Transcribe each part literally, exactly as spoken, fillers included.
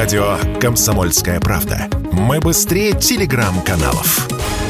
Радио «Комсомольская правда». Мы быстрее телеграм-каналов.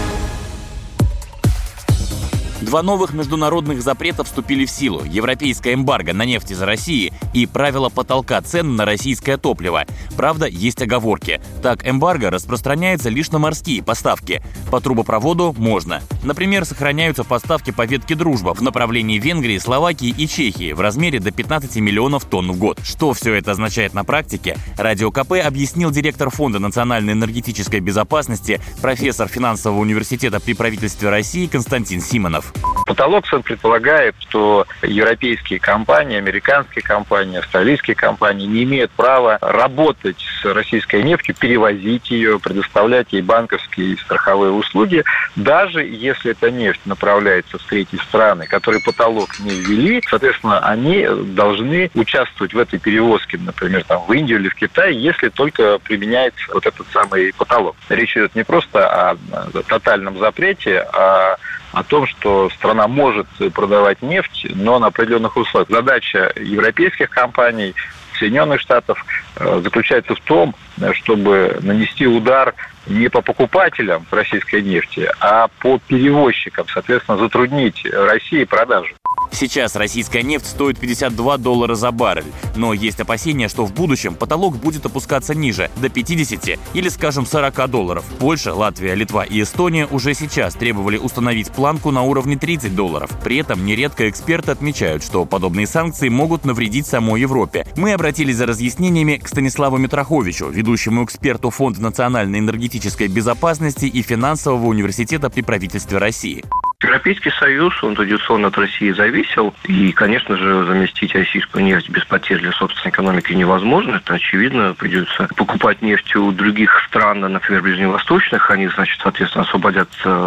Два новых международных запрета вступили в силу: европейская эмбарго на нефть из России и правила потолка цен на российское топливо. Правда, есть оговорки. Так, эмбарго распространяется лишь на морские поставки. По трубопроводу можно. Например, сохраняются поставки по ветке «Дружба» в направлении Венгрии, Словакии и Чехии в размере до пятнадцати миллионов тонн в год. Что все это означает на практике, Радио КП объяснил директор Фонда национальной энергетической безопасности, профессор финансового университета при правительстве России Константин Симонов. Потолок цен предполагает, что европейские компании, американские компании, австралийские компании не имеют права работать с российской нефтью, перевозить ее, предоставлять ей банковские и страховые услуги, даже если эта нефть направляется в третьи страны, которые потолок не ввели. Соответственно, они должны участвовать в этой перевозке, например, там, в Индию или в Китай, если только применяется вот этот самый потолок. Речь идет не просто о тотальном запрете, а о том, что страна может продавать нефть, но на определенных условиях. Задача европейских компаний, Соединенных Штатов заключается в том, чтобы нанести удар не по покупателям российской нефти, а по перевозчикам, соответственно, затруднить России продажу. Сейчас российская нефть стоит пятьдесят два доллара за баррель, но есть опасения, что в будущем потолок будет опускаться ниже, до пятидесяти или, скажем, сорока долларов. Польша, Латвия, Литва и Эстония уже сейчас требовали установить планку на уровне тридцати долларов. При этом нередко эксперты отмечают, что подобные санкции могут навредить самой Европе. Мы обратились за разъяснениями к Станиславу Митроховичу, ведущему эксперту Фонда национальной энергетической безопасности и финансового университета при правительстве России. Европейский Союз, он традиционно от России зависел, и, конечно же, заместить российскую нефть без потерь для собственной экономики невозможно. Это очевидно, придется покупать нефть у других стран, например, ближневосточных. Они, значит, соответственно, освободят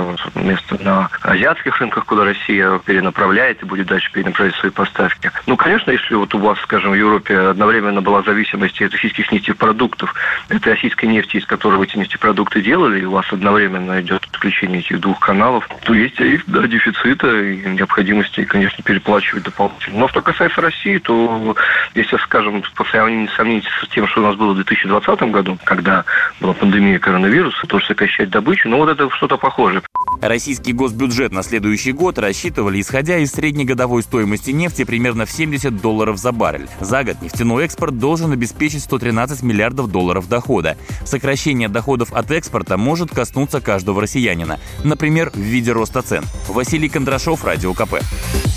место на азиатских рынках, куда Россия перенаправляет и будет дальше перенаправлять свои поставки. Ну, конечно, если вот у вас, скажем, в Европе одновременно была зависимость от российских нефтепродуктов, это российской нефти, из которой эти нефтепродукты делали, и у вас одновременно идет отключение этих двух каналов, то есть риск, да, дефицита и необходимости, конечно, переплачивать дополнительно. Но что касается России, то, если, скажем, по сравнению с тем, что у нас было в две тысячи двадцатом году, когда была пандемия коронавируса, тоже сокращать добычу, но вот это что-то похожее. Российский госбюджет на следующий год рассчитывали, исходя из среднегодовой стоимости нефти, примерно в семьдесят долларов за баррель. За год нефтяной экспорт должен обеспечить сто тринадцать миллиардов долларов дохода. Сокращение доходов от экспорта может коснуться каждого россиянина, например, в виде роста цен. Василий Кондрашов, Радио КП.